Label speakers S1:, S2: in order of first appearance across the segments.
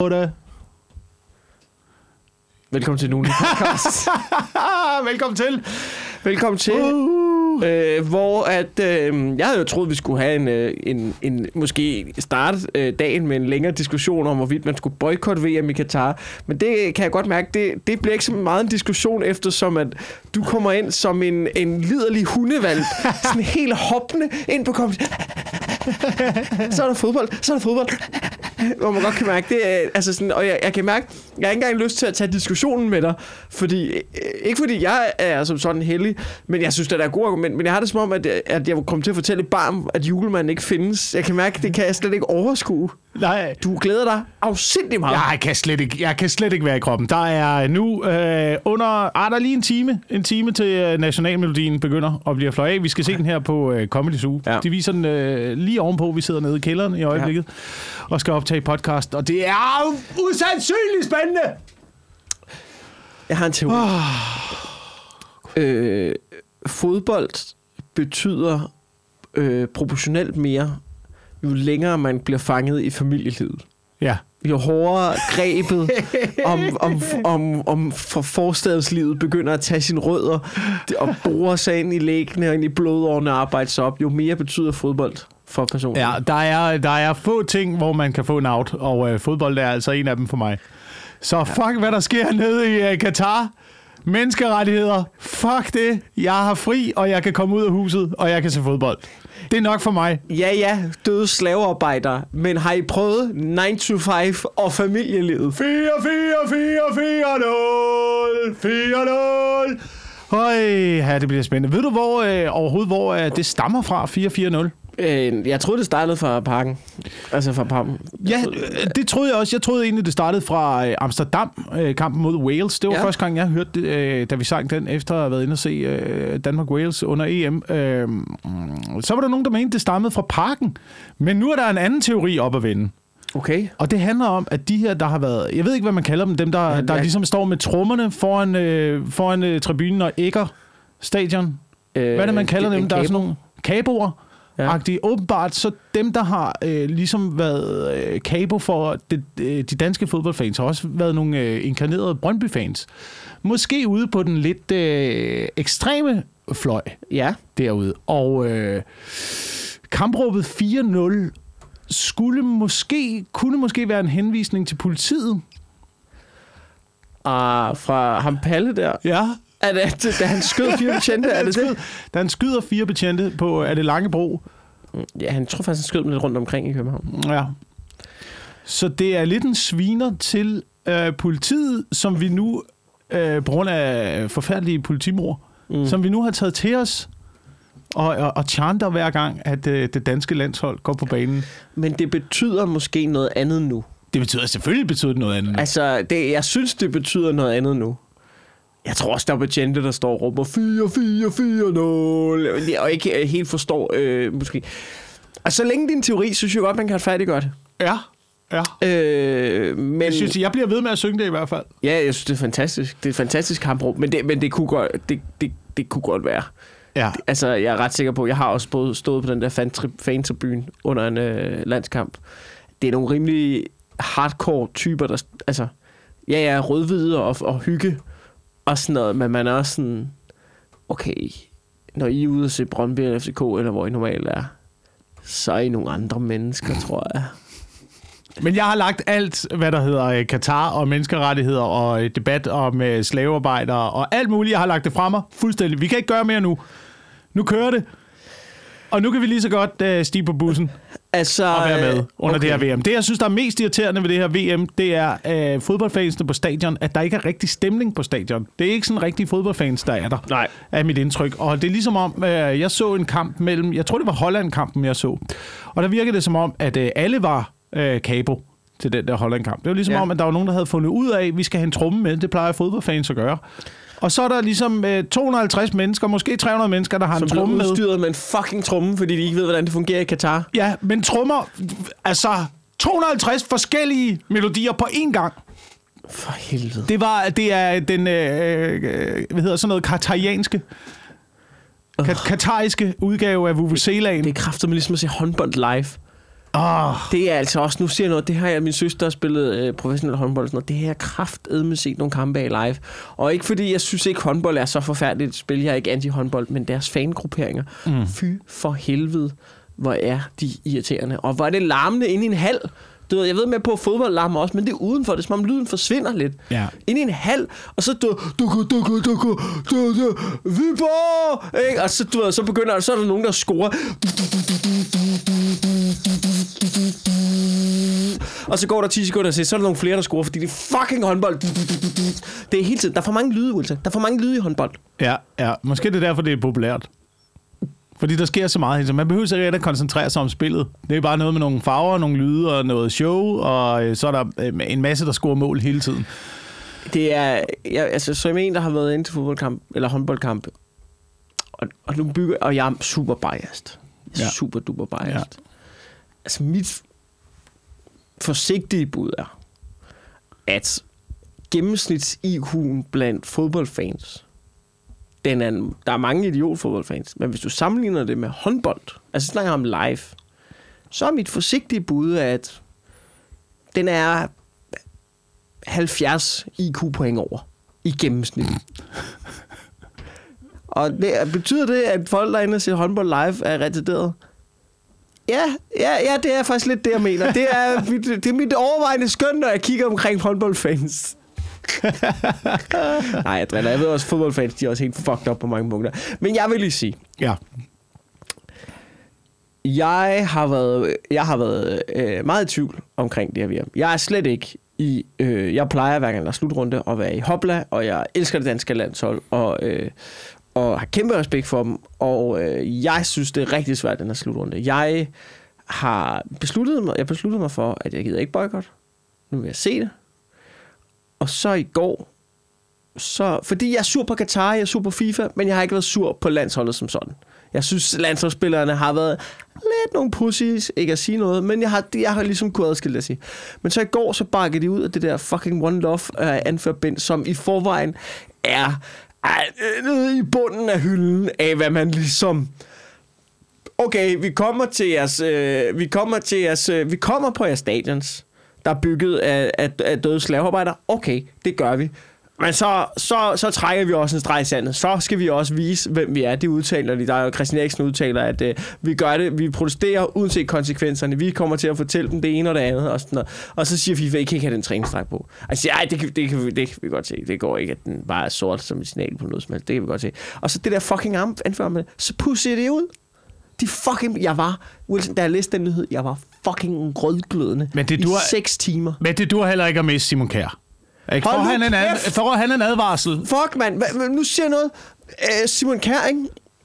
S1: på det.
S2: Velkommen til Nuni Podcast. Velkommen til. Hvor at jeg havde jo troet, vi skulle have en måske starte dagen med en længere diskussion om, hvorvidt man skulle boykotte VM i Katar. Men det kan jeg godt mærke, det bliver ikke så meget en diskussion, eftersom at du kommer ind som en liderlig hundevalg. Sådan helt hoppende ind på så er der fodbold. Hvor man godt kan mærke det. Altså sådan, og jeg kan mærke, jeg har ikke engang lyst til at tage diskussionen med dig. Ikke fordi jeg er som sådan heldig, men jeg synes, det er et godt argument. Men jeg har det som om, at jeg vil komme til at fortælle et barn, at julemanden ikke findes. Jeg kan mærke, det kan jeg slet ikke overskue.
S1: Nej.
S2: Du glæder dig afsindig meget.
S1: Jeg kan slet ikke være i kroppen. Der er nu der er lige en time til nationalmelodien begynder og bliver fløjet af. Vi skal se den her på Comedy Zoo. Ja. De viser den lige ovenpå. Vi sidder nede i kælderen i øjeblikket og skal optage podcast. Og det er usandsynligt spændende.
S2: Jeg har en teori. Fodbold betyder proportionelt mere, jo længere man bliver fanget i familielivet.
S1: Ja.
S2: Jo hårdere grebet om forstadslivet begynder at tage sine rødder og borer sig ind i læggene og ind i blodårene og arbejde sig op, jo mere betyder fodbold for personen.
S1: Ja, der er få ting, hvor man kan få en out, og fodbold er altså en af dem for mig. Så fuck, hvad der sker nede i Katar. Menneskerettigheder. Fuck det. Jeg har fri, og jeg kan komme ud af huset, og jeg kan se fodbold. Det er nok for mig.
S2: Ja, døde slavearbejdere. Men har I prøvet 9 to 5 og familielivet?
S1: 4-0. Høj, det bliver spændende. Ved du hvor det stammer fra, 4-4-0?
S2: Jeg troede, det startede fra Parken. Altså fra Pam.
S1: Ja, det troede jeg også. Jeg troede egentlig, det startede fra Amsterdam, kampen mod Wales. Det var første gang, jeg hørte det, da vi sang den, efter at have været inde og se Danmark-Wales under EM. Så var der nogen, der mente, det stammede fra Parken. Men nu er der en anden teori op at vende.
S2: Okay.
S1: Og det handler om, at de her, der har været... Jeg ved ikke, hvad man kalder dem der ligesom står med trommerne foran tribunen og ægger stadion. Hvad er det, man kalder dem? Der er sådan nogle kaboer. Ja. Åbenbart, så dem, der har ligesom været kabo for de danske fodboldfans, har også været nogle inkarnerede Brøndby-fans. Måske ude på den lidt ekstreme fløj derude. Og kampråbet 4-0 kunne måske være en henvisning til politiet.
S2: Fra ham Palle der?
S1: Ja.
S2: Da han skød 4 betjente, er det det?
S1: Da han skyder 4 betjente på, er det Langebro?
S2: Ja, han tror faktisk, han skød dem lidt rundt omkring i København.
S1: Ja. Så det er lidt en sviner til politiet, som vi nu, på grund af forfærdelige politimord, som vi nu har taget til os og chanter hver gang, at det danske landshold går på banen.
S2: Men det betyder måske noget andet nu.
S1: Det betyder selvfølgelig noget andet nu.
S2: Altså, jeg synes, det betyder noget andet nu. Jeg tror også, der er betjente, der står og råber 4-4-4-0, og ikke helt forstår, måske. Og så længe din teori, synes jeg godt, man kan færdiggøre det.
S1: Ja.
S2: Men
S1: jeg bliver ved med at synge det i hvert fald.
S2: Ja, jeg synes, det er fantastisk. Det er et fantastisk kampråb, men det kunne godt, det kunne godt være.
S1: Ja.
S2: Altså, jeg er ret sikker på, jeg har også stået på den der fantribune under en landskamp. Det er nogle rimelig hardcore typer, der, altså, rødhvide og hygge, og sådan noget, men man er også sådan, okay, når I er ude og se Brøndby eller FCK, eller hvor I normalt er, så er I nogle andre mennesker, tror jeg.
S1: Men jeg har lagt alt, hvad der hedder Katar og menneskerettigheder og debat om slavearbejdere og alt muligt, jeg har lagt det fra mig fuldstændig. Vi kan ikke gøre mere nu. Nu kører det. Og nu kan vi lige så godt stige på bussen og være med under det her VM. Det, jeg synes, der er mest irriterende ved det her VM, det er fodboldfansene på stadion, at der ikke er rigtig stemning på stadion. Det er ikke sådan rigtige fodboldfans, der er der.
S2: Nej.
S1: Af mit indtryk. Og det er ligesom om, jeg så en kamp mellem, jeg tror det var Holland-kampen, jeg så. Og der virkede det som om, at alle var kabo til den der Holland-kamp. Det var ligesom om, at der var nogen, der havde fundet ud af, at vi skal have en tromme med. Det plejer fodboldfans at gøre. Og så er der ligesom 250 mennesker, måske 300 mennesker, der har en tromme med.
S2: Som bliver udstyret med en fucking tromme, fordi de ikke ved, hvordan det fungerer i Katar.
S1: Ja, men trommer, altså 250 forskellige melodier på én gang.
S2: For helvede.
S1: Det er den, hvad hedder sådan noget, katarianske, katariske udgave af Vuvuzelaen.
S2: Det er kraftedeme ligesom at se håndbold live. Det er altså også, nu siger jeg noget, det har jeg, min søster har spillet professionel håndbold og sådan noget, det har jeg kraftedme set nogle kampe af live. Og ikke fordi jeg synes ikke, håndbold er så forfærdeligt et spil, jeg er ikke anti-håndbold, men deres fangrupperinger, fy for helvede, hvor er de irriterende. Og hvor er det larmende inde i en hal. Du ved, jeg ved med på, at fodbold larmer også, men det er udenfor. Det er som om lyden forsvinder lidt.
S1: Ja.
S2: Inde i en hal, og så Viborg! Ikke? Og så, du ved, så begynder, så er der nogen, der scorer. Og så går der 10 sekunder til, så er der nogle flere, der scorer, fordi det er fucking håndbold. Det er hele tiden. Der er for mange lyde, Wilson. Der er for mange lyde i håndbold.
S1: Ja. Måske det er derfor, det er populært. Fordi der sker så meget. Man behøver sig at koncentrere sig om spillet. Det er bare noget med nogle farver, nogle lyde og noget show, og så er der en masse, der scorer mål hele tiden.
S2: Det er... som en, der har været inde til fodboldkamp, eller håndboldkamp, og nu bygger... Og jeg er super biased. Super duper biased. Ja. Altså, mit forsigtige bud er, at gennemsnits-IQ'en blandt fodboldfans, der er mange idiotfodboldfans, men hvis du sammenligner det med håndbold, altså snakker om live, så er mit forsigtige bud, at den er 70 IQ-point over i gennemsnit. Og betyder det, at folk, der er inde og ser håndbold live, er retarderet? Ja, det er faktisk lidt det, jeg mener. Det er mit overvejende skøn, når jeg kigger omkring håndboldfans. Nej, jeg driller. Jeg ved også, fodboldfans, de er også helt fucked up på mange punkter. Men jeg vil lige sige.
S1: Ja.
S2: Jeg har været meget i tvivl omkring det her VM. Jeg er slet ikke i... jeg plejer hver gang der er slutrunde at være i hopla, og jeg elsker det danske landshold, og har kæmpe respekt for dem, og jeg synes, det er rigtig svært, den her slutrunde. Jeg besluttede mig for, at jeg gider ikke boykot. Nu vil jeg se det. Og så i går, fordi jeg er sur på Qatar, jeg er sur på FIFA, men jeg har ikke været sur på landsholdet som sådan. Jeg synes, landsholdsspillerne har været lidt nogle pussies, ikke at sige noget, men jeg har ligesom kunnet adskille det at sige. Men så i går, så bakkede de ud af det der fucking One Love anførbind, som i forvejen er nede i bunden af hylden af, hvad man ligesom... Okay, vi kommer på jeres stadions, der er bygget af døde slavearbejdere. Okay, det gør vi. Men så trækker vi også en streg i sandet. Så skal vi også vise, hvem vi er. Det udtaler de. Der er jo Christian Eriksen udtaler, at vi gør det. Vi protesterer uanset konsekvenserne. Vi kommer til at fortælle dem det ene og det andet. Og, sådan noget. Og så siger FIFA, I kan ikke have den træningsstreg på. Altså, det kan vi godt se. Det går ikke, at den bare er sort som et signal på noget som helst. Det kan vi godt se. Og så det der fucking anfører med, så pusser det ud. Wilson, da jeg læste den nyhed, jeg var fucking rødglødende i 6 timer.
S1: Men det dur heller ikke at miste Simon Kjær. Får han en advarsel?
S2: Fuck, mand. Nu siger jeg noget. Simon Kjær, ikke?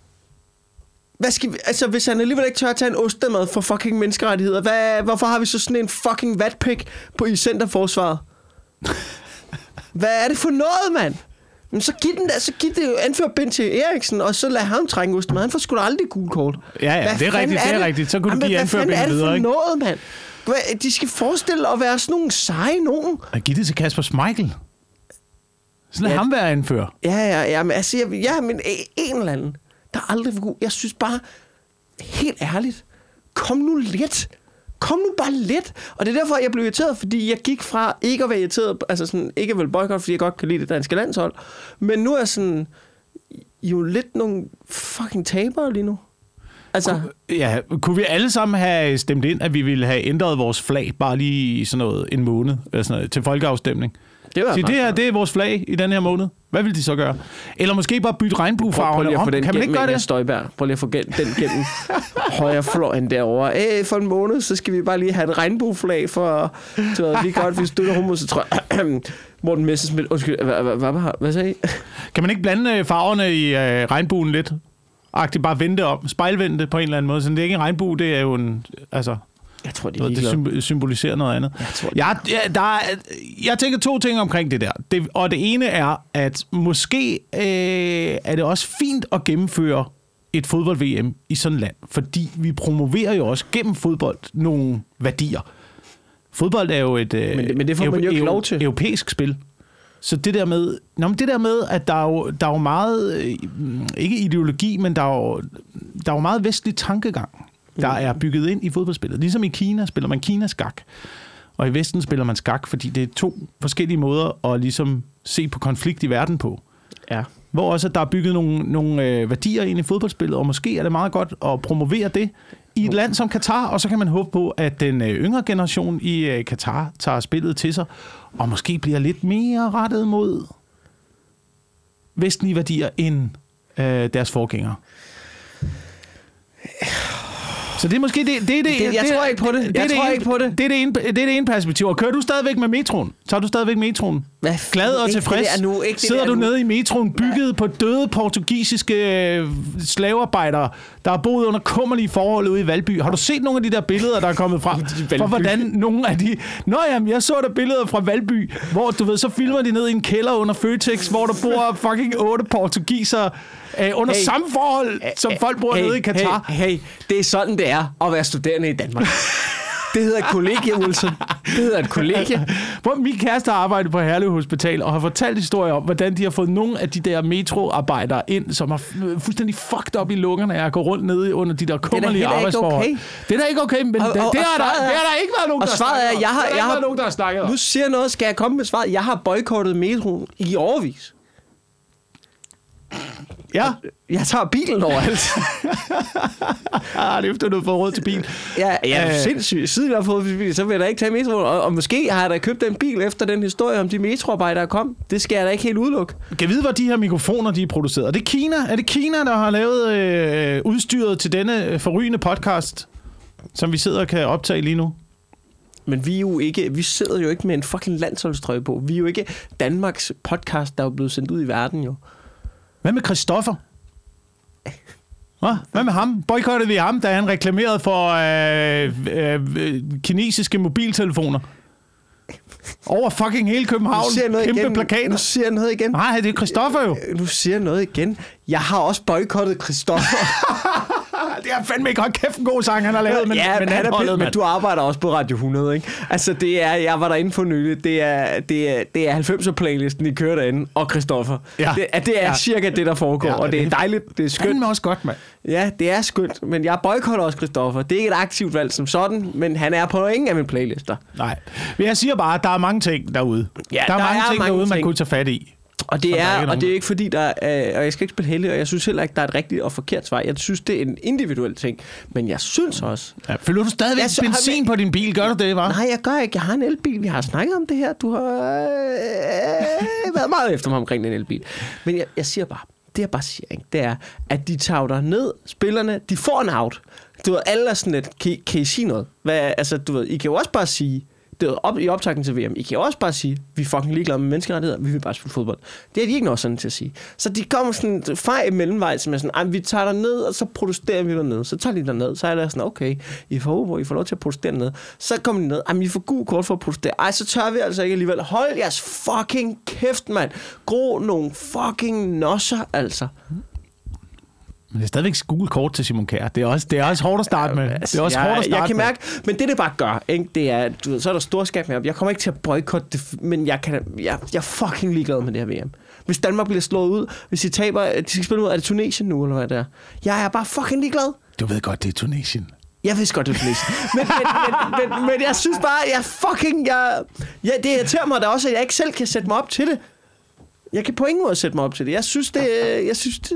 S2: Hvad skal vi, altså, hvis han alligevel ikke tør at tage en ostemad for fucking menneskerettigheder, hvorfor har vi så sådan en fucking vatpik i centerforsvaret? Hvad er det for noget, mand? Men så giv det jo anførbind til Eriksen, og så lad ham trænge ostemad. Han får sgu da aldrig gul kort.
S1: Ja, det er rigtigt. Så kunne du give anførbind videre, ikke?
S2: Hvad er det for noget, mand? De skal forestille at være sådan nogle seje nogen.
S1: Og giv det til Kasper Schmeichel. Sådan ham være anfører.
S2: Ja, men altså, men en eller anden, der aldrig var god. Jeg synes bare, helt ærligt, kom nu bare lidt. Og det er derfor, jeg blev irriteret, fordi jeg gik fra ikke at være irriteret, altså sådan, ikke at være boykot, fordi jeg godt kan lide det danske landshold, men nu er sådan, jo lidt nogle fucking tabere lige nu. Altså,
S1: kunne vi alle sammen have stemt ind, at vi ville have ændret vores flag bare lige i sådan noget en måned eller sådan noget, til folkeafstemning? Det er vores flag i den her måned. Hvad vil de så gøre? Eller måske bare bytte regnbuefarverne om? Kan man ikke gøre det?
S2: Støjberg. Prøv lige at få den gennem højrefløjen derovre. For en måned, så skal vi bare lige have et regnbueflag for... vi godt, vi støtter homo, så tror jeg... Morten Messerschmidt, undskyld, hvad sagde I?
S1: Kan man ikke blande farverne i regnbuen lidt? Bare vente om, spejlvente på en eller anden måde. Så det er ikke en regnbue, det er jo en... Altså,
S2: jeg tror,
S1: det symboliserer noget andet. Jeg tænker 2 ting omkring det der. Og det ene er, at måske er det også fint at gennemføre et fodbold-VM i sådan et land. Fordi vi promoverer jo også gennem fodbold nogle værdier. Fodbold er jo et
S2: men det får man jo ikke lov til.
S1: Europæisk spil. Så det der med, at der er jo meget, ikke ideologi, men der er jo meget vestlig tankegang der er bygget ind i fodboldspillet. Ligesom i Kina spiller man Kina-skak, og i Vesten spiller man skak, fordi det er 2 forskellige måder at ligesom se på konflikt i verden på.
S2: Ja.
S1: Hvor også der er bygget nogle værdier ind i fodboldspillet, og måske er det meget godt at promovere det i et land som Katar, og så kan man håbe på, at den yngre generation i Katar tager spillet til sig, og måske bliver lidt mere rettet mod vestlige værdier end deres forgængere.
S2: Så det er måske jeg tror ikke på det.
S1: Det er det ene perspektiv. Og kører du stadigvæk med metroen? Tager du stadigvæk metroen? Glad og tilfreds? Sidder du nede i metroen, bygget på døde portugisiske slavearbejdere, der har boet under kummerlige forhold ude i Valby? Har du set nogle af de der billeder, der er kommet frem? For hvordan nogle af de... Nå jamen, jeg så der billeder fra Valby, hvor du ved, så filmer de ned i en kælder under Føtex, hvor der bor fucking 8 portugisere under samme forhold, som folk bor nede i Katar.
S2: Det er sådan, det er at være studerende i Danmark. Det hedder et kollegie, Wilson. Det hedder et kollegie.
S1: Hvor min kæreste har arbejdet på Herlev Hospital og har fortalt historier om, hvordan de har fået nogle af de der metroarbejdere ind, som har fuldstændig fucked op i lungerne af at gå rundt nede under de der kummerlige arbejdsforhold.
S2: Okay.
S1: Det er da ikke okay, men det har der ikke været nogen, der har snakket om.
S2: Snakket om. Nu siger noget, skal jeg komme med svaret. Jeg har boykottet metroen i årevis.
S1: Ja.
S2: Jeg tager bilen overalt.
S1: Det er efter, du har fået råd til bil.
S2: Ja, sindssygt. Siden jeg har fået bil, så vil jeg da ikke tage metroen. Og måske har jeg da købt den bil efter den historie om de metroarbejdere, der kom. Det skal jeg da ikke helt udelukke.
S1: Kan jeg vide, hvor de her mikrofoner, de er produceret? Er det Kina, der har lavet udstyret til denne forrygende podcast, som vi sidder og kan optage lige nu?
S2: Men vi sidder jo ikke med en fucking landsholdstrøje på. Vi er jo ikke Danmarks podcast, der er blevet sendt ud i verden jo.
S1: Hvad med Christoffer? Hvad med ham? Boykottede vi ham, da han reklamerede for kinesiske mobiltelefoner? Over fucking hele København. Kæmpe plakater.
S2: Nu siger jeg noget igen.
S1: Nej, det er Christoffer jo.
S2: Nu siger jeg noget igen. Jeg har også boykottet Christoffer.
S1: Det er fandme ikke kæft en god sang, han har lavet. Men,
S2: ja, men du arbejder også på Radio 100, ikke? Altså, jeg var derinde for nylig. Det er 90'er playlisten, I kører derinde, og Christoffer. Ja. Det er cirka det, der foregår, og det er dejligt. Det er skønt.
S1: Det er også godt, mand.
S2: Ja, det er skønt, men jeg boykotter også Christoffer. Det er ikke et aktivt valg som sådan, men han er på ingen af mine playlister.
S1: Nej, men jeg siger bare, at der er mange ting derude. Ja, der er mange ting derude, man kunne tage fat i.
S2: Og det er ikke fordi, der er, og jeg skal ikke spille heldig, og jeg synes heller ikke, der er et rigtigt og forkert svar. Jeg synes, det er en individuel ting. Men jeg synes også...
S1: Ja, følger du stadigvæk benzin på din bil? Gør du det, hva'?
S2: Nej, jeg gør ikke. Jeg har en elbil. Vi har snakket om det her. Du har været meget efter mig omkring den elbil. Men jeg siger bare, det jeg bare siger, ikke, det er, at de tager ned, spillerne, de får en out. Du ved, alle er sådan lidt, kan I sige noget? Altså, du ved, I kan jo også bare sige... i optakten til VM. I kan også bare sige, vi er fucking ligeglade med menneskerettigheder, vi vil bare spille fodbold. Det er de ikke noget sådan til at sige. Så de kommer sådan fra i mellemvej, som er sådan, vi tager der ned, og så protesterer vi dernede. Så tager de derned, så er der sådan, okay, I får lov til at protestere dernede. Så kommer de ned, I får gul kort for at protestere. Så tør vi altså ikke alligevel. Hold jeres fucking kæft, mand. Gro nogle fucking nosser, altså.
S1: Men det er stadigvæk gule kort til Simon Kjær. Det er også hårdt at starte med. Det er også hårdt at starte
S2: jeg kan mærke, men det bare gør, ikke, det er, du ved, så er der storskab med. Jeg kommer ikke til at boykotte det, men jeg er fucking ligeglad med det her VM. Hvis Danmark bliver slået ud, hvis de taber, de skal spille ud, er det Tunesien nu, eller hvad det er? Jeg er bare fucking ligeglad.
S1: Du ved godt, det er Tunesien.
S2: Jeg vidste godt, det er Tunesien. men jeg synes bare, det irriterer mig da også, at jeg ikke selv kan sætte mig op til det. Jeg kan på ingen måde sætte mig op til det. Jeg synes det... Det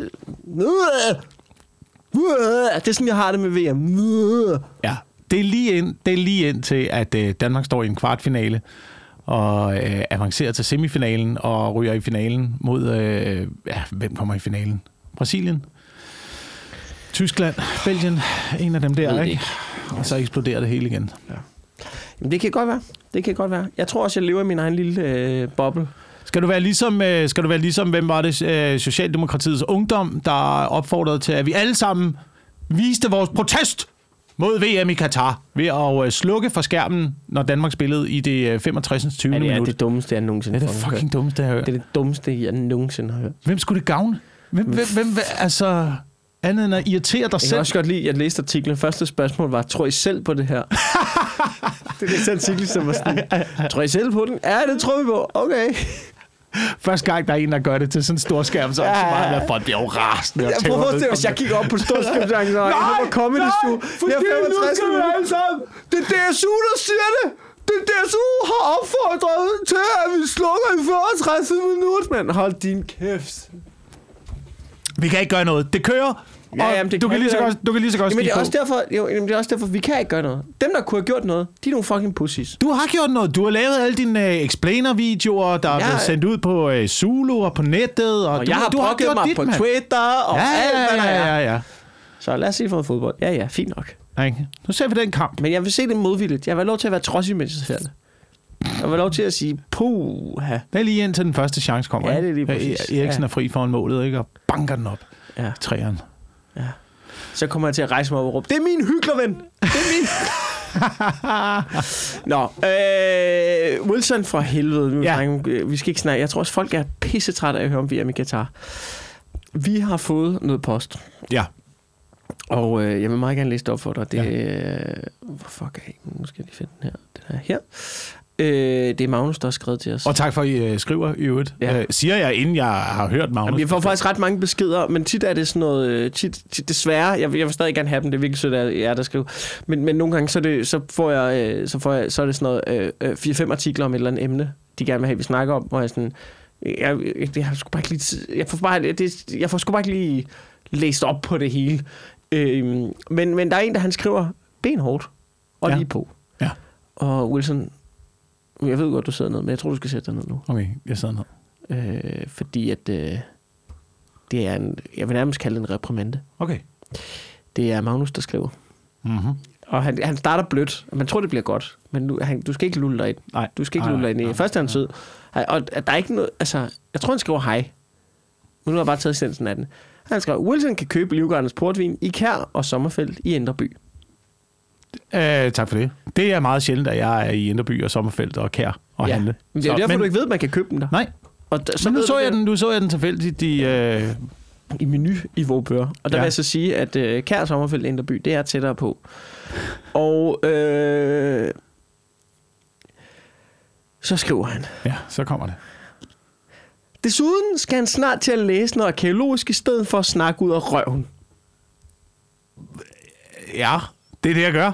S2: er sådan, jeg har det med VM.
S1: Ja, det er lige ind til, at Danmark står i en kvartfinale og avancerer til semifinalen og ryger i finalen mod... hvem kommer i finalen? Brasilien? Tyskland? Belgien? En af dem der, ikke? Og så eksploderer det hele igen. Ja.
S2: Jamen, det kan godt være. Jeg tror også, jeg lever i min egen lille boble.
S1: Skal du være ligesom, hvem var det, Socialdemokratiets ungdom, der opfordrede til, at vi alle sammen viste vores protest mod VM i Katar ved at slukke for skærmen, når Danmark spillede i det 65. 20. minut?
S2: Det er det dummeste, jeg nogensinde har hørt.
S1: Det er det fucking dummeste, jeg har hørt.
S2: Det er det dummeste, jeg nogensinde har hørt.
S1: Hvem skulle det gavne? Hvem altså... Andet end at irritere dig selv.
S2: Jeg kan også godt lide, at jeg læste artiklen. Første spørgsmål var, tror I selv på det her? Det er lidt artikel, som var sådan, tror I selv på den? Ja, det tror vi på. Okay.
S1: Første gang, der er en, der gør det til sådan en stor skærm, så meget, folk bliver jo rasende.
S2: Jeg prøver at forestille mig, hvis jeg kigger op på storskærm, så jeg håber Comedy Zoo.
S1: Det er 65 minutter.
S2: Det er DSU, der siger det. DSU har opfordret til, at vi slukker i 35 minutter. Men hold din kæft.
S1: Vi kan ikke gøre noget. Det kører. Ja, jamen, det du kan lige så godt
S2: jamen, det er også derfor, vi kan ikke gøre noget. Dem, der kunne have gjort noget, de er nogle fucking pussies.
S1: Du har gjort noget. Du har lavet alle dine explainer-videoer, der er blevet sendt ud på Zulu og på nettet. Og
S2: jeg har brokket mig på Twitter og alt, hvad der er.
S1: Ja.
S2: Så lad os se for fodbold. Ja, fint nok.
S1: Nu ser vi den kamp.
S2: Men jeg vil se det modvilligt. Jeg vil have lov til at være trodsig, mens jeg ser det. Jeg vil have lov til at sige, puha.
S1: Det er lige indtil den første chance kommer.
S2: Ja, det er lige præcis.
S1: Eriksen er fri foran målet, ikke? Og banker den op.
S2: Ja.
S1: Træeren.
S2: Ja. Så kommer jeg til at rejse mig op og råbe, det er min hyklerven! Det er min... Nå, Wilson for helvede. Vi skal ikke snakke. Jeg tror også, folk er pissetrætte af at høre om VM i Qatar. Vi har fået noget post.
S1: Ja.
S2: Og jeg vil meget gerne læse det op for dig. Det hvor fuck er nu skal jeg lige finde den her. Den er her. Det er Magnus, der har skrevet til os.
S1: Og tak for, at I skriver i øvrigt. Ja. Siger jeg, inden jeg har hørt Magnus?
S2: Jamen, jeg får faktisk ret mange beskeder, men tit er det sådan noget... Tit, desværre, jeg vil stadig gerne have dem, det er virkelig sødt, at jeg der skriver. Men nogle gange, så er det sådan noget 4-5 artikler om et eller andet emne, de gerne vil have, vi snakker om, hvor jeg sådan... Jeg får sgu bare ikke lige læst op på det hele. Men der er en, der han skriver benhårdt og lige på.
S1: Ja.
S2: Og Wilson... Jeg ved godt, du sidder ned, men jeg tror, du skal sætte dig ned nu.
S1: Okay, jeg sidder ned.
S2: Fordi at det er jeg vil nærmest kalde det en reprimande.
S1: Okay. Det
S2: er Magnus, der skriver.
S1: Mm-hmm.
S2: Og han starter blødt. Man tror, det bliver godt. Men du skal ikke lulle dig ind.
S1: Nej.
S2: Du skal ikke lulle dig ind. Først er han sød. Og der er ikke noget... Altså, jeg tror, han skriver hej. Nu har jeg bare taget essensen af den. Han skriver, Wilson kan købe Livgardens portvin i Kær og Sommerfelt i Indre By.
S1: Tak for det. Det er meget sjældent, at jeg er i Indre By og Sommerfelt og Kær og handle.
S2: Men det er derfor, du ikke ved, at man kan købe den der.
S1: Nej. Og så nu så jeg den tilfældigt
S2: i menu i Våbør. Og der vil jeg så sige, at Kær og Sommerfelt Indre By, det er tættere på. Og så skriver han.
S1: Ja, så kommer det.
S2: Desuden skal han snart til at læse noget arkæologisk i stedet for at snakke ud af røven.
S1: Ja, det er det, jeg gør.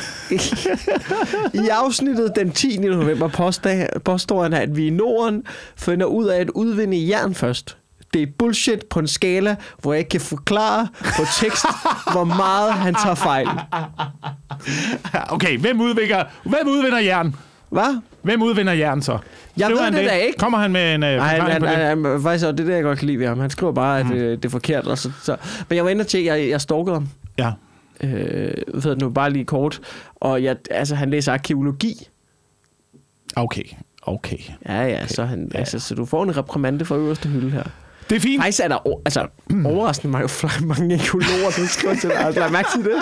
S2: I afsnittet den 10. november påstår han, at vi i Norden finder ud af at udvinde jern først. Det er bullshit på en skala, hvor jeg ikke kan forklare på tekst, hvor meget han tager fejl.
S1: Okay, hvem udvinder jern?
S2: Hvad?
S1: Hvem udvinder jern så?
S2: Jeg ved det da ikke.
S1: Kommer han med en forklaring på det?
S2: Nej, faktisk, og det er det, jeg godt kan lide ved ham. Han skriver bare, at det er forkert. Og så. Men jeg var inde og tjekke, jeg stalkede ham.
S1: Ja.
S2: Ved nu bare lige kort. Og han læser arkæologi.
S1: Okay.
S2: Ja, så han, så du får en reprimande fra øverste hylde her.
S1: Det er fint.
S2: Faktisk er der overraskende mange økologer, der skriver til dig. Lad mærke til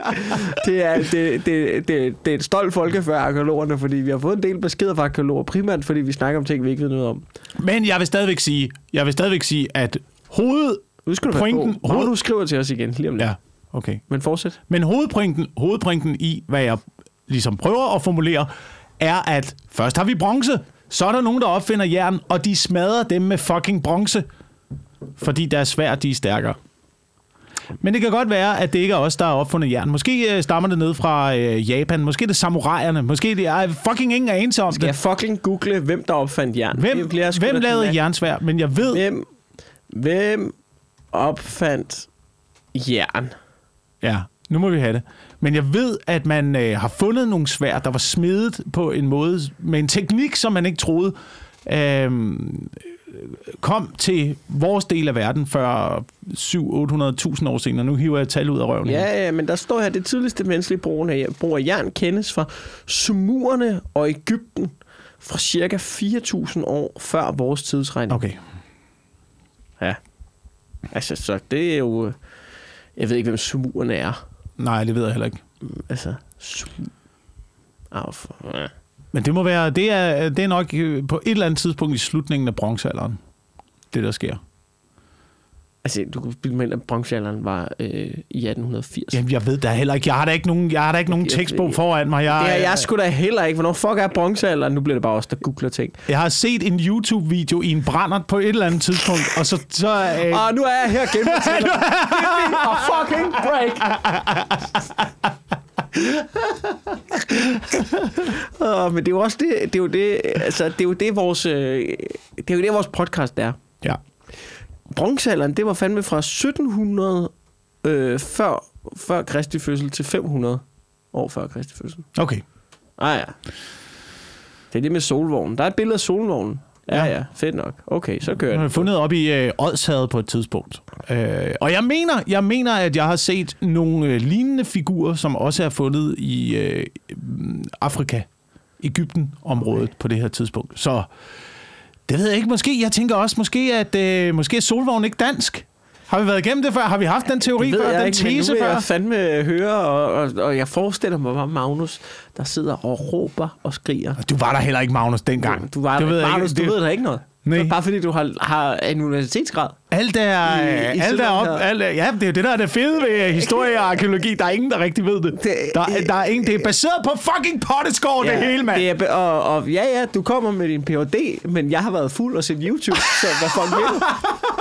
S2: det. Det er et stolt folkefærd af økologerne, fordi vi har fået en del beskeder fra økologer, primært fordi vi snakker om ting, vi ikke ved noget om.
S1: Men jeg vil stadigvæk sige, at hovedpointen...
S2: Du skriver til os igen lige om lidt.
S1: Ja, okay.
S2: Men fortsæt.
S1: Men hovedpointen i, hvad jeg ligesom prøver at formulere, er, at først har vi bronze, så er der nogen, der opfinder jern, og de smadrer dem med fucking bronze, fordi deres sværd, de er stærkere. Men det kan godt være, at det ikke er os, der har opfundet jern. Måske stammer det ned fra Japan, måske det er samuraierne, måske det er fucking ingen anelse om det.
S2: Skal jeg fucking google, hvem der opfandt jern?
S1: Hvem lavede jernsværd? Men jeg ved...
S2: Hvem opfandt jern?
S1: Ja, nu må vi have det. Men jeg ved, at man har fundet nogle sværd, der var smedet på en måde, med en teknik, som man ikke troede, kom til vores del af verden før 700-800.000 år senere. Nu hiver jeg et tal ud af røven.
S2: Ja, men der står her, det tidligste menneskelige brug af jern kendes fra Sumurerne og Egypten fra cirka 4.000 år før vores tidsregning.
S1: Okay.
S2: Ja. Altså, så det er jo... Jeg ved ikke, hvem Sumurerne er.
S1: Nej, det ved jeg heller ikke.
S2: Altså,
S1: ja. Men det må være, det er nok på et eller andet tidspunkt i slutningen af bronzealderen, det der sker.
S2: Altså, du kunne bilde mig ind, at bronzealderen var i 1880.
S1: Jamen, jeg ved da heller ikke. Jeg har da ikke nogen tekstbog foran mig.
S2: Det har jeg sgu da heller ikke. Hvornår fuck er bronzealderen? Nu bliver det bare os, der googler ting.
S1: Jeg har set en YouTube-video i en brændert på et eller andet tidspunkt, og så
S2: nu er jeg her genfortæller. Give me a fucking break. Men det er jo også det, det er jo det vores podcast er.
S1: Ja.
S2: Bronzealderen, det var fandme fra 1700 før Kristi fødsel til 500 år før Kristi fødsel.
S1: Okay.
S2: Ja. Det er det med solvognen. Der er et billede af solvognen. Ja, fedt nok. Okay, så kører det.
S1: Jeg har fundet op i Odshavet på et tidspunkt. Og jeg mener, at jeg har set nogle lignende figurer, som også er fundet i Afrika, Egypten-området på det her tidspunkt. Så det ved jeg ikke. Jeg tænker også, at måske er solvognen ikke dansk. Har vi været igennem det før? Har vi haft den teori før? Den tese før?
S2: Jeg fandme høre, og jeg forestiller mig bare Magnus, der sidder og råber og skriger.
S1: Du var der heller ikke, Magnus, dengang.
S2: Du ved der ikke noget. Nej. Bare fordi du har en universitetsgrad.
S1: Alt er op. Ja, det er jo det, der er det fede ved historie og arkeologi. Der er ingen, der rigtig ved det. Der er ingen. Det er baseret på fucking potteskår, det hele, mand.
S2: Og du kommer med din Ph.D., men jeg har været fuld og set YouTube, så hvad fuck ved du?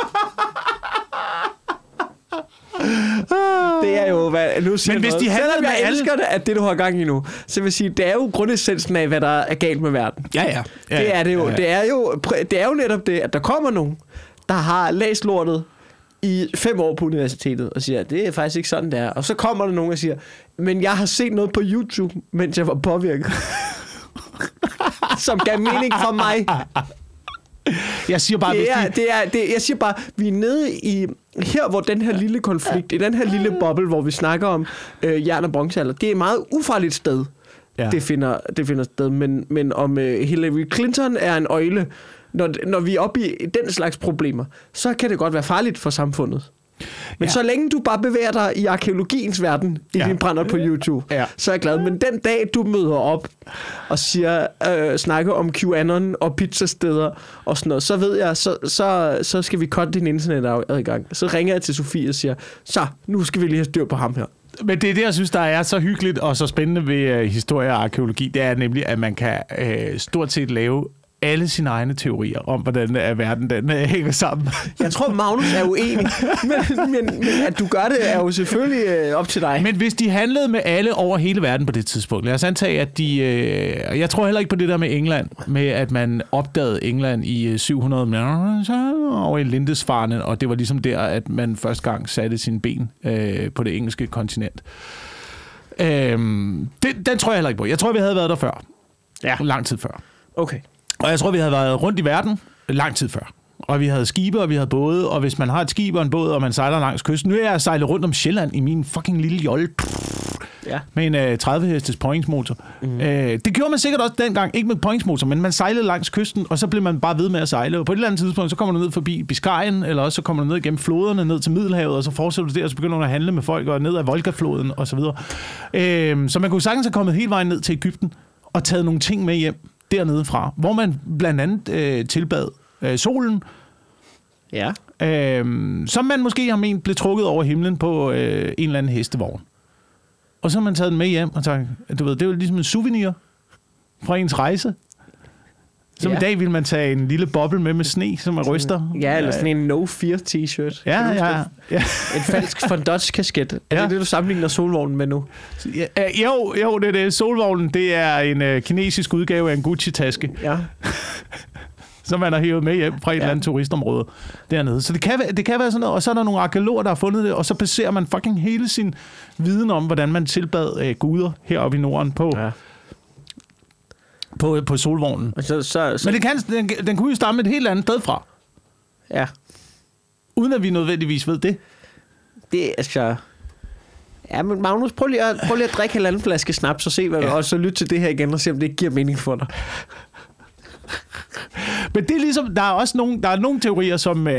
S2: Det er jo, hvad nu siger. Men hvis de selvom jeg elsker det, at det du har gang i nu, så vil sige, det er jo grundessensen af, hvad der er galt med verden.
S1: Ja.
S2: Det er det jo. Ja. Det er jo netop det, at der kommer nogen, der har læst lortet i 5 år på universitetet, og siger, det er faktisk ikke sådan, det er. Og så kommer der nogen og siger, men jeg har set noget på YouTube, mens jeg var påvirket. Som gav mening for mig.
S1: Jeg siger bare,
S2: jeg siger bare, vi er nede i her, hvor den her lille konflikt, i den her lille boble, hvor vi snakker om jern- og bronzealder, det er et meget ufarligt sted, det finder sted. Men om Hillary Clinton er en øgle, når vi er oppe i den slags problemer, så kan det godt være farligt for samfundet. Men så længe du bare bevæger dig i arkeologiens verden i din brænder på YouTube, så er jeg glad. Men den dag, du møder op og snakker om QAnon og pizzasteder og sådan noget, så ved jeg, så skal vi cutte din internetadgang. Så ringer jeg til Sofie og siger, så nu skal vi lige have styr på ham her.
S1: Men det er det, jeg synes, der er så hyggeligt og så spændende ved historie og arkeologi, det er nemlig, at man kan stort set lave alle sine egne teorier om, hvordan verden den hænger sammen.
S2: Jeg tror, Magnus er uenig, men at du gør det, er jo selvfølgelig op til dig.
S1: Men hvis de handlede med alle over hele verden på det tidspunkt, lad os antage, at de... jeg tror heller ikke på det der med England, med at man opdagede England i 700 over i Lindisfarne, og det var ligesom der, at man første gang satte sine ben på det engelske kontinent. Den tror jeg heller ikke på. Jeg tror, vi havde været der før. Ja. Lang tid før.
S2: Okay.
S1: Og jeg tror, vi havde været rundt i verden lang tid før. Og vi havde skibe, og vi havde både, og hvis man har et skib og en båd, og man sejler langs kysten. Nu er jeg sejlet rundt om Sjælland i min fucking lille jolle. Med en 30-hestes pointsmotor. Det gjorde man sikkert også dengang, ikke med pointsmotor, men man sejlede langs kysten, og så blev man bare ved med at sejle. Og på et eller andet tidspunkt, så kommer du ned forbi Biscayen, eller også så kommer du ned igennem floderne, ned til Middelhavet, og så fortsætter du der, og så begynder du at handle med folk, og ned ad Volga-floden, og så videre. Så man kunne sagtens have kommet hele vejen ned til Egypten, og taget nogle ting med hjem dernede fra, hvor man blandt andet tilbad solen, som man måske har ment blev trukket over himlen på en eller anden hestevogn. Og så har man taget den med hjem og sagt, du ved, det er jo ligesom en souvenir fra ens rejse. Som i dag vil man tage en lille boble med sne, som man ryster.
S2: Ja, eller sådan en No Fear t-shirt.
S1: Ja.
S2: En falsk Von Dodge-kasket. Er det, du sammenligner solvognen med nu?
S1: Jo, det er det. Solvognen, det er en kinesisk udgave af en Gucci-taske.
S2: Ja.
S1: Som man har hævet med hjem fra et eller andet turistområde dernede. Så det kan være sådan noget. Og så er der nogle arkeologer, der har fundet det, og så baserer man fucking hele sin viden om, hvordan man tilbad guder heroppe i Norden på solvognen. Men den kunne jo stamme et helt andet sted fra.
S2: Ja.
S1: Uden at vi nødvendigvis ved det.
S2: Det er altså... Ja, men Magnus, prøv lige at drikke en anden flaske snaps og se, hvad og så lyt til det her igen og se, om det ikke giver mening for dig.
S1: Men det er ligesom, der er nogle teorier,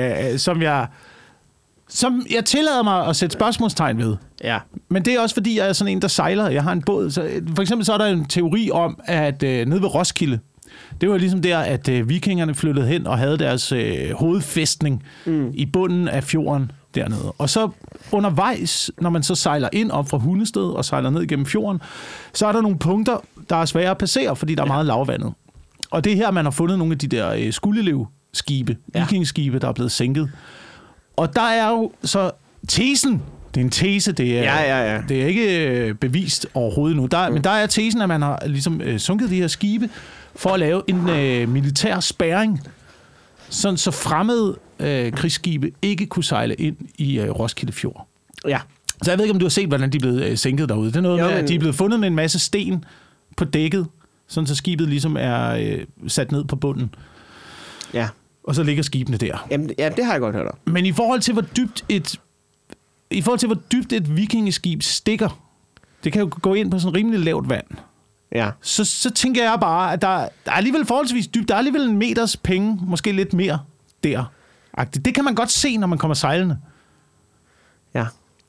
S1: som jeg tillader mig at sætte spørgsmålstegn ved.
S2: Ja.
S1: Men det er også fordi, jeg er sådan en, der sejler. Jeg har en båd. Så, for eksempel så er der en teori om, at nede ved Roskilde, Det var ligesom der, at vikingerne flyttede hen og havde deres hovedfæstning i bunden af fjorden dernede. Og så undervejs, når man så sejler ind op fra Hundested og sejler ned gennem fjorden, så er der nogle punkter, der er svære at passere, fordi der er meget lavvandet. Og det er her, man har fundet nogle af de der skuldelevskibe, vikingskibe, der er blevet sænket. Og der er jo så tesen, det er en tese, det er, det er ikke bevist overhovedet nu, men der er tesen, at man har ligesom sunket de her skibe for at lave en militær spærring, sådan så fremmede krigsskibe ikke kunne sejle ind i Roskilde Fjord.
S2: Ja.
S1: Så jeg ved ikke, om du har set, hvordan de er blevet sænket derude. Det er noget med, at de er blevet fundet med en masse sten på dækket, sådan så skibet ligesom er sat ned på bunden.
S2: Ja.
S1: Og så ligger skibene der.
S2: Jamen, ja, det har jeg godt hørt om.
S1: Men i forhold til, hvor dybt et vikingeskib stikker, det kan jo gå ind på sådan rimelig lavt vand.
S2: Ja.
S1: Så tænker jeg bare, at der er alligevel forholdsvis dybt. Der er alligevel en meters penge, måske lidt mere der. Det kan man godt se, når man kommer sejlende.
S2: Ja.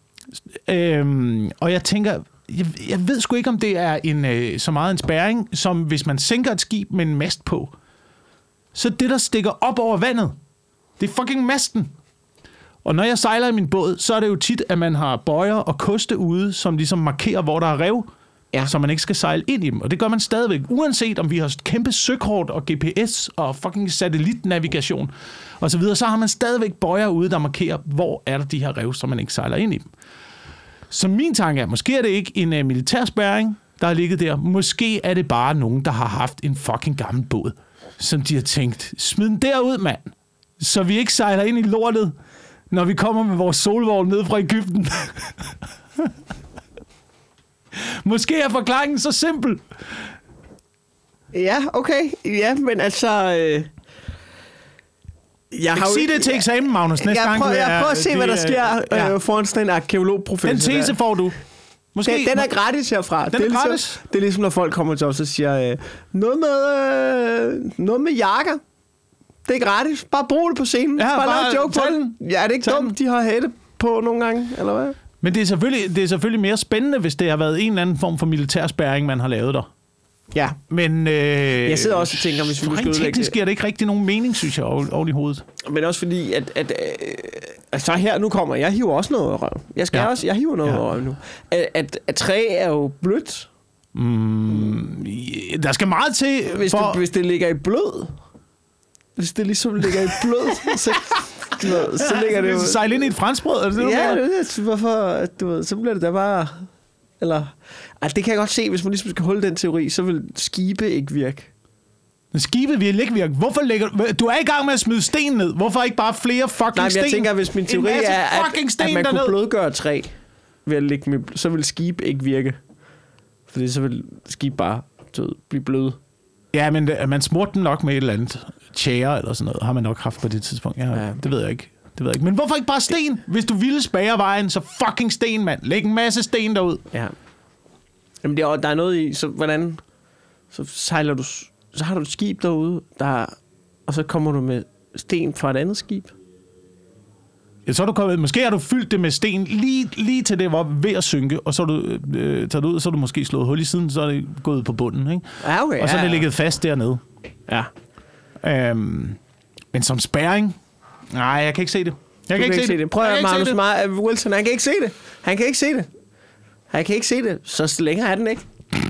S1: Og jeg tænker, jeg ved sgu ikke, om det er så meget en spærring, som hvis man sænker et skib med en mast på. Så det, der stikker op over vandet, det er fucking masten. Og når jeg sejler i min båd, så er det jo tit, at man har bøjer og koste ude, som ligesom markerer, hvor der er rev, så man ikke skal sejle ind i dem. Og det gør man stadigvæk, uanset om vi har kæmpe søkort og GPS og fucking satellitnavigation og så videre, så har man stadigvæk bøjer ude, der markerer, hvor er der de her rev, så man ikke sejler ind i dem. Så min tanke er, måske er det ikke en militærspærring, der har ligget der. Måske er det bare nogen, der har haft en fucking gammel båd, som de har tænkt, smid den derud, mand, så vi ikke sejler ind i lortet, når vi kommer med vores solvogn ned fra Egypten. Måske er forklaringen så simpel.
S2: Ja, okay. Ja, men altså...
S1: Jeg har sige det til eksamen, Magnus, næste gang.
S2: Jeg prøver at se, hvad der sker foran sådan en arkeologprofessor.
S1: Den tese får du.
S2: Måske, den er gratis herfra.
S1: Den er gratis.
S2: Det er ligesom, når folk kommer til os og siger, noget med jakker. Det er gratis. Bare brug det på scenen.
S1: Ja,
S2: bare lave joke på den. Ja, er det ikke dumt, de har hætte på nogle gange, eller hvad?
S1: Men det er selvfølgelig mere spændende, hvis det har været en eller anden form for militærspærring, man har lavet der.
S2: Ja.
S1: Men
S2: jeg sidder også og tænker, hvis vi skal udlægge
S1: teknisk giver det ikke rigtig nogen mening, synes jeg, oven i hovedet.
S2: Men også fordi, så her, nu kommer jeg hiver også noget af røven. Jeg hiver noget af røven nu. At træ er jo blødt.
S1: Der skal meget til,
S2: hvis det ligger i blød. Hvis det ligesom ligger i blød, så ligger det jo...
S1: Sejle ind i et franskbrød, er det det,
S2: det, hvorfor, du ved, så bliver det da bare... Eller... Altså, det kan jeg godt se, hvis man ligesom skal holde den teori, så vil skibe ikke virke.
S1: Skibe vil ikke virke. Hvorfor lægger du er i gang med at smide sten ned. Hvorfor ikke bare flere fucking sten?
S2: Nej, jeg tænker, hvis min teori er, at man kunne blødgøre træ ved at lægge med, så vil skib ikke virke. Fordi så vil skib bare blive bløde.
S1: Ja, men man smurte den nok med et eller andet tjære eller sådan noget, har man nok haft på det tidspunkt. Ja. Det ved jeg ikke. Men hvorfor ikke bare sten? Hvis du ville spærre vejen, så fucking sten, mand. Læg en masse sten derud.
S2: Ja. Jamen, der er noget i, så hvordan... Så sejler du... Så har du et skib derude, og så kommer du med sten fra et andet skib.
S1: Ja, så er du kommet... Måske har du fyldt det med sten lige til det var ved at synke, og så er du taget ud, og så er du måske slået hul i siden, så er det gået på bunden, ikke?
S2: Ja, okay.
S1: Og så er det ligget fast dernede.
S2: Ja.
S1: Men som spærring... Nej, jeg kan ikke se det. Jeg kan ikke se det.
S2: Prøv at Magnus Wilson, han kan ikke se det. Han kan ikke se det. Så længere er den ikke.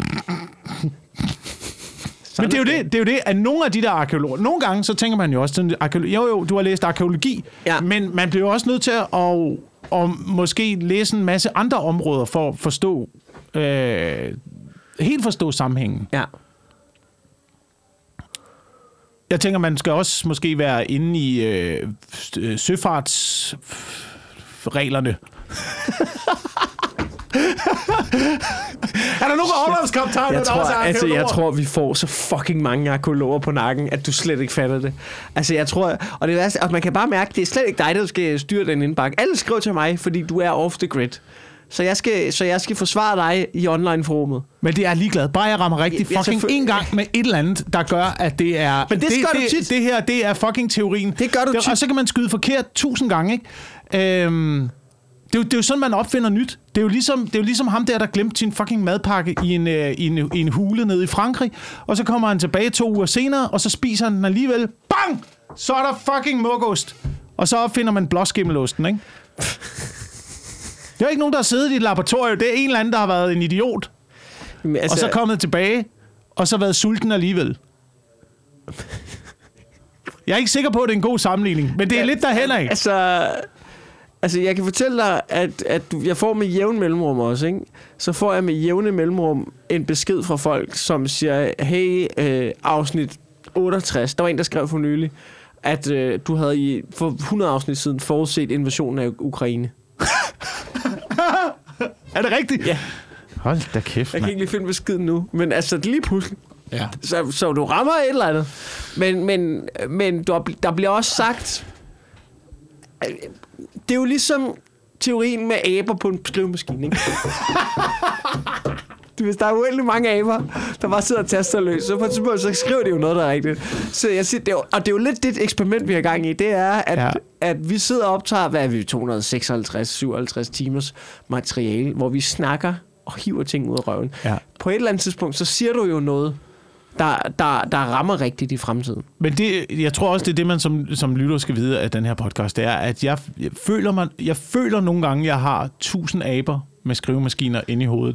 S1: Men det er jo det, at nogle af de der arkeologer... Nogle gange, så tænker man jo også... Jo, du har læst arkeologi, men man bliver jo også nødt til at måske læse en masse andre områder for at forstå... helt forstå sammenhængen.
S2: Ja.
S1: Jeg tænker, man skal også måske være inde i søfartsreglerne. Er der nogen overlevelseskaptajner?
S2: Jeg tror, vi får så fucking mange arkeologer på nakken, at du slet ikke fatter det. Altså, jeg tror... Og det værste, og man kan bare mærke, det er slet ikke dig, der skal styre den indbakke. Alle skriver til mig, fordi du er off the grid. Så jeg skal forsvare dig i online-forumet.
S1: Men det er ligeglad. Bare jeg rammer rigtig fucking en gang med et eller andet, der gør, at det er...
S2: Men det gør du tit.
S1: Det her, det er fucking teorien.
S2: Det gør du tit.
S1: Og så kan man skyde forkert 1000 gange, ikke? Det er jo sådan, man opfinder nyt. Det er jo ligesom ham der glemte sin fucking madpakke i en hule nede i Frankrig, og så kommer han tilbage 2 uger senere, og så spiser han den alligevel. Bang! Så er der fucking mugost. Og så opfinder man blåskimmelosten, ikke? Der er ikke nogen, der har siddet i et laboratorium. Det er en eller anden, der har været en idiot. Men altså, og så kommet tilbage, og så været sulten alligevel. Jeg er ikke sikker på, at det er en god sammenligning, men det er lidt derhen af.
S2: Altså, jeg kan fortælle dig, at jeg får med jævne mellemrum også, ikke? Så får jeg med jævne mellemrum en besked fra folk, som siger, hey, afsnit 68, der var en, der skrev for nylig, at du havde for 100 afsnit siden forudset invasionen af Ukraine.
S1: Er det rigtigt?
S2: Ja.
S1: Hold da kæft,
S2: jeg kan ikke lige finde beskeden nu, men altså, lige pludselig.
S1: Ja.
S2: Så du rammer et eller andet. Men der bliver også sagt... Det er jo ligesom teorien med aber på en skrivemaskine, ikke? Hvis der er uendelig mange aber, der bare sidder og taster løs, så på et tidspunkt, så skriver de jo noget, der er rigtigt. Så jeg siger, og det er jo lidt det eksperiment, vi har gang i, det er, at vi sidder og optager, hvad er vi, 256-57 timers materiale, hvor vi snakker og hiver ting ud af røven. Ja. På et eller andet tidspunkt, så siger du jo noget, der rammer rigtigt i fremtiden.
S1: Men jeg tror også, det er det, man som lytter skal vide af den her podcast, det er, at jeg føler nogle gange, jeg har 1000 aber med skrivemaskiner inde i hovedet.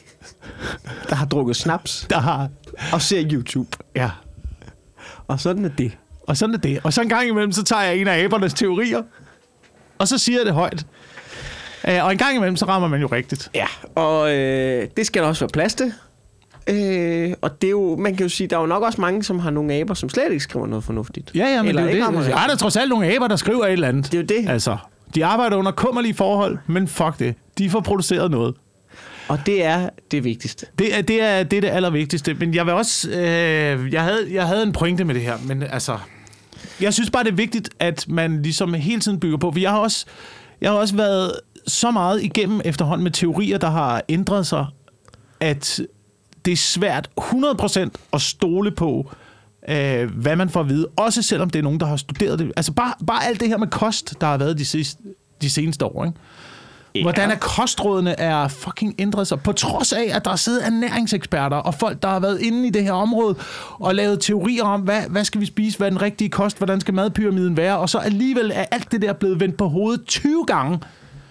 S2: Der har drukket snaps. Og ser YouTube.
S1: Ja.
S2: Og sådan er det.
S1: Og så en gang imellem, så tager jeg en af abernes teorier, og så siger jeg det højt. Og en gang imellem, så rammer man jo rigtigt.
S2: Ja, og det skal der også være plads til. Og det er jo, man kan jo sige, der er jo nok også mange, som har nogle aber, som slet ikke skriver noget fornuftigt.
S1: Ja, men det er jo det. Der er trods alt nogle aber, der skriver et eller andet.
S2: Det er jo det.
S1: Altså, de arbejder under kummerlige forhold, men fuck det. De får produceret noget.
S2: Og det er det vigtigste.
S1: Det er det allervigtigste. Men jeg vil også... Jeg havde en pointe med det her, men altså... Jeg synes bare, det er vigtigt, at man ligesom hele tiden bygger på. For jeg har også været så meget igennem efterhånden med teorier, der har ændret sig, at det er svært 100% at stole på, hvad man får at vide. Også selvom det er nogen, der har studeret det. Altså bare alt det her med kost, der har været de seneste år, ikke? Ja. Hvordan er kostrådene er fucking ændret sig, på trods af, at der er siddet ernæringseksperter og folk, der har været inde i det her område og lavet teorier om, hvad skal vi spise, hvad er den rigtige kost, hvordan skal madpyramiden være, og så alligevel er alt det der blevet vendt på hovedet 20 gange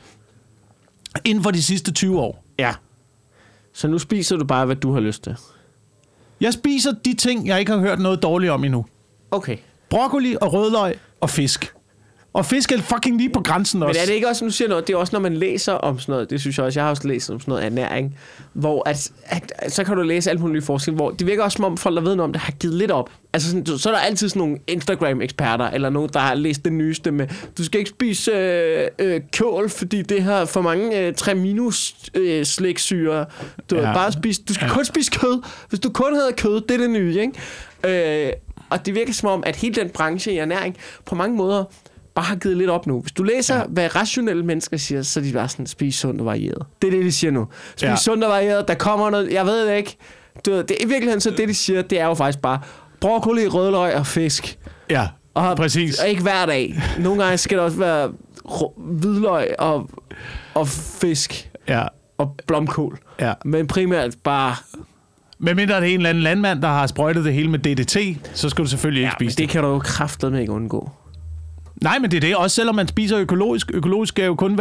S1: inden for de sidste 20 år.
S2: Ja. Så nu spiser du bare, hvad du har lyst til?
S1: Jeg spiser de ting, jeg ikke har hørt noget dårligt om endnu.
S2: Okay.
S1: Broccoli og rødløg og fisk. Og fisk er fucking lige på grænsen også.
S2: Men er det ikke også, nu siger noget, det er også, når man læser om sådan noget, det synes jeg også, jeg har også læst om sådan noget ernæring, hvor at så kan du læse alt muligt forskel, hvor det virker også, som om folk, der ved noget om det, har givet lidt op. Altså sådan, så er der altid sådan nogle Instagram-eksperter, eller nogen, der har læst det nyeste med, du skal ikke spise kål, fordi det har for mange 3- sliksyre. Du skal kun spise kød. Hvis du kun hedder kød, det er det nye, ikke? Og det virker som om, at hele den branche i ernæring, på mange måder, bare har givet lidt op nu. Hvis du læser, hvad rationelle mennesker siger, så er de bare sådan, spis sundt og varieret. Det er det, de siger nu. Spis sundt og varieret, der kommer noget, jeg ved det ikke. Det er i virkeligheden så det, de siger, det er jo faktisk bare broccoli, rødløg og fisk.
S1: Ja, præcis.
S2: Og ikke hver dag. Nogle gange skal det også være hvidløg og fisk.
S1: Ja.
S2: Og blomkål.
S1: Ja.
S2: Men primært bare...
S1: Medmindre det er en eller anden landmand, der har sprøjtet det hele med DDT, så skal du selvfølgelig ikke spise
S2: det kan du jo kraftedeme ikke undgå.
S1: Nej, men det er det. Også selvom man spiser økologisk. Økologisk skal jo kun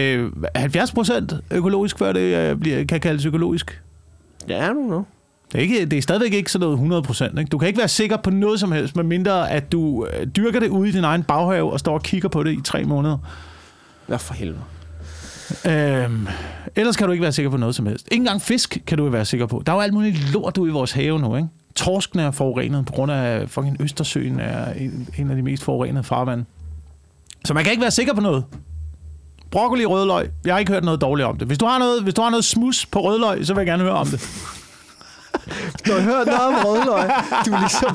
S1: være 70% økologisk, før det kan kaldes økologisk.
S2: Ja, nu.
S1: Det er stadigvæk ikke sådan noget 100%. Ikke? Du kan ikke være sikker på noget som helst, medmindre at du dyrker det ude i din egen baghave og står og kigger på det i 3 måneder.
S2: Ja, for helvede.
S1: Ellers kan du ikke være sikker på noget som helst. Ikke engang fisk kan du være sikker på. Der er jo alt muligt lort ude i vores have nu, ikke? Torsken er forurenet på grund af fucking Østersøen er en af de mest forurenede farvande. Så man kan ikke være sikker på noget. Broccoli, rødløg. Jeg har ikke hørt noget dårligt om det. Hvis du har noget smus på rødløg, så vil jeg gerne høre om det.
S2: Du har hørt noget om rødløg. Du er ligesom...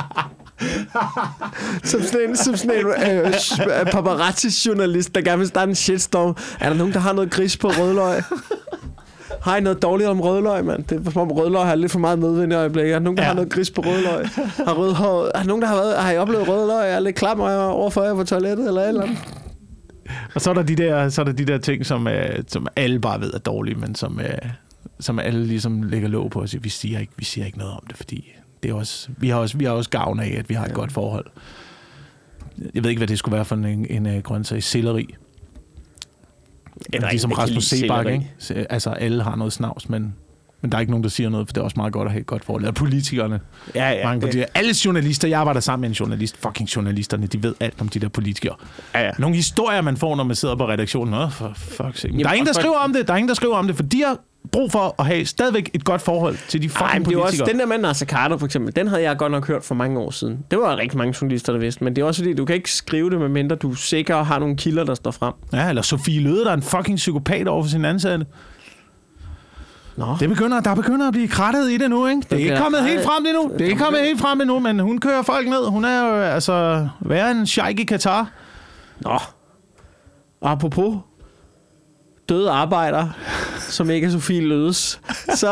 S2: som sådan en paparazzi-journalist, der gerne vil starte en shitstorm. Er der nogen, der har noget gris på rødløg? Har I noget dårligt om rødløg, mand? Det er som om rødløg har lidt for meget medvind i øjeblikket. Er der nogen, der har noget gris på rødløg? Har nogen, der har I oplevet rødløg? Er lidt klam over for jer på toilettet eller et eller andet?
S1: Og så er der de der ting, som alle bare ved er dårlige, men som alle ligesom lægger låg på og siger, vi siger ikke noget om det, fordi det er også, vi har også gavn af, at vi har et godt forhold. Jeg ved ikke, hvad det skulle være for en grøntsag. Selleri. Ligesom Rasmus Seebach, ikke? Altså, alle har noget snavs, men der er ikke nogen, der siger noget, for det er også meget godt at have et godt forhold. Eller politikerne. Ja. Alle journalister, jeg arbejder sammen med en journalist, fucking journalisterne, de ved alt om de der politikere. Ja. Nogle historier, man får, når man sidder på redaktionen. For fuck's sake. Der er ingen, der skriver om det, for de har brug for at have stadigvæk et godt forhold til de fucking politikere.
S2: Det er også den der mand, Nasser Carter for eksempel, den havde jeg godt nok hørt for mange år siden. Det var rigtig mange journalister, der vidste, men det er også fordi, du kan ikke skrive det, medmindre du sikkert har nogle kilder, der står frem. Ja,
S1: eller Sofie Løde, der er en fucking psykopat over for sin ansatte. Nå. Der begynder at blive krattet i det nu, ikke? Det er ikke kommet helt frem endnu. Men hun kører folk ned. Hun er jo altså værre en sheik i Katar.
S2: Nå. Apropos døde arbejdere, som ikke er Sofie Lødes, så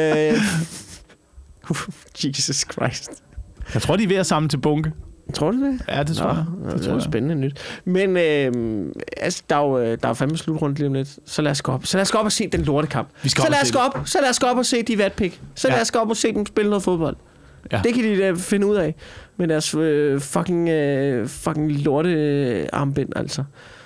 S2: Jesus Christ.
S1: Jeg tror, de er ved at samle til bunke.
S2: Tror du det?
S1: Ja, det tror jeg.
S2: Det er spændende nyt. Men altså, der er fandme slutrundt lige om lidt. Så lad os gå op og se den lortekamp. Så lad os gå op og se de vatpik. Lad os gå op og se dem spille noget fodbold. Ja. Det kan de da finde ud af. Med deres fucking lorte armbind, altså.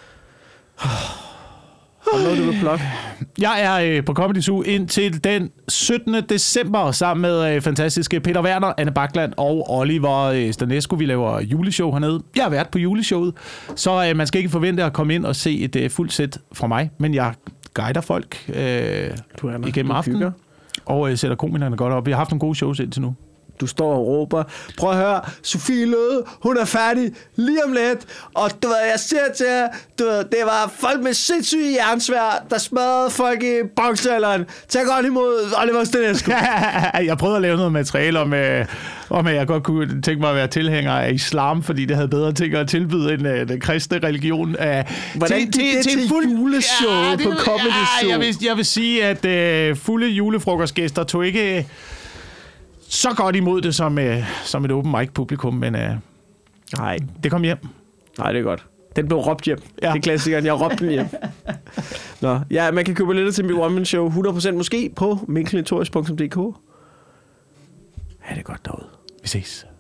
S2: Og noget, du vil plukke?
S1: Jeg er på Comedy Zoo indtil den 17. december sammen med fantastiske Peter Werner, Anne Bakland og Oliver Stanescu. Vi laver juleshow hernede. Jeg har været på juleshowet, så man skal ikke forvente at komme ind og se et fuldt sæt fra mig, men jeg guider folk igennem aftenen og sætter komikerne godt op. Vi har haft nogle gode shows indtil nu.
S2: Du står og råber, prøv at høre, Sofie Løde, hun er færdig lige om lidt, og du ved, jeg siger til jer, det var folk med sindssyge hjernsvær, der smadrede folk i boksalderen. Tag godt imod Oliver Stanescu.
S1: Jeg prøvede at lave noget materiale om at jeg godt kunne tænke mig at være tilhænger af islam, fordi det havde bedre ting at tilbyde end den kristne religion.
S2: Hvordan gik det til juleshow på Comedy Zoo?
S1: Jeg vil sige, at fulde julefrokostgæster tog ikke så godt imod det som et open mic publikum, men nej, det kom hjem.
S2: Nej, det er godt. Den blev råbt hjem. Ja. Det er klassikeren, jeg råbte den hjem. Nå, ja, man kan købe billetter til mit one-man-show 100% måske på minkletorius.dk.
S1: Ha' det godt derude. Vi ses.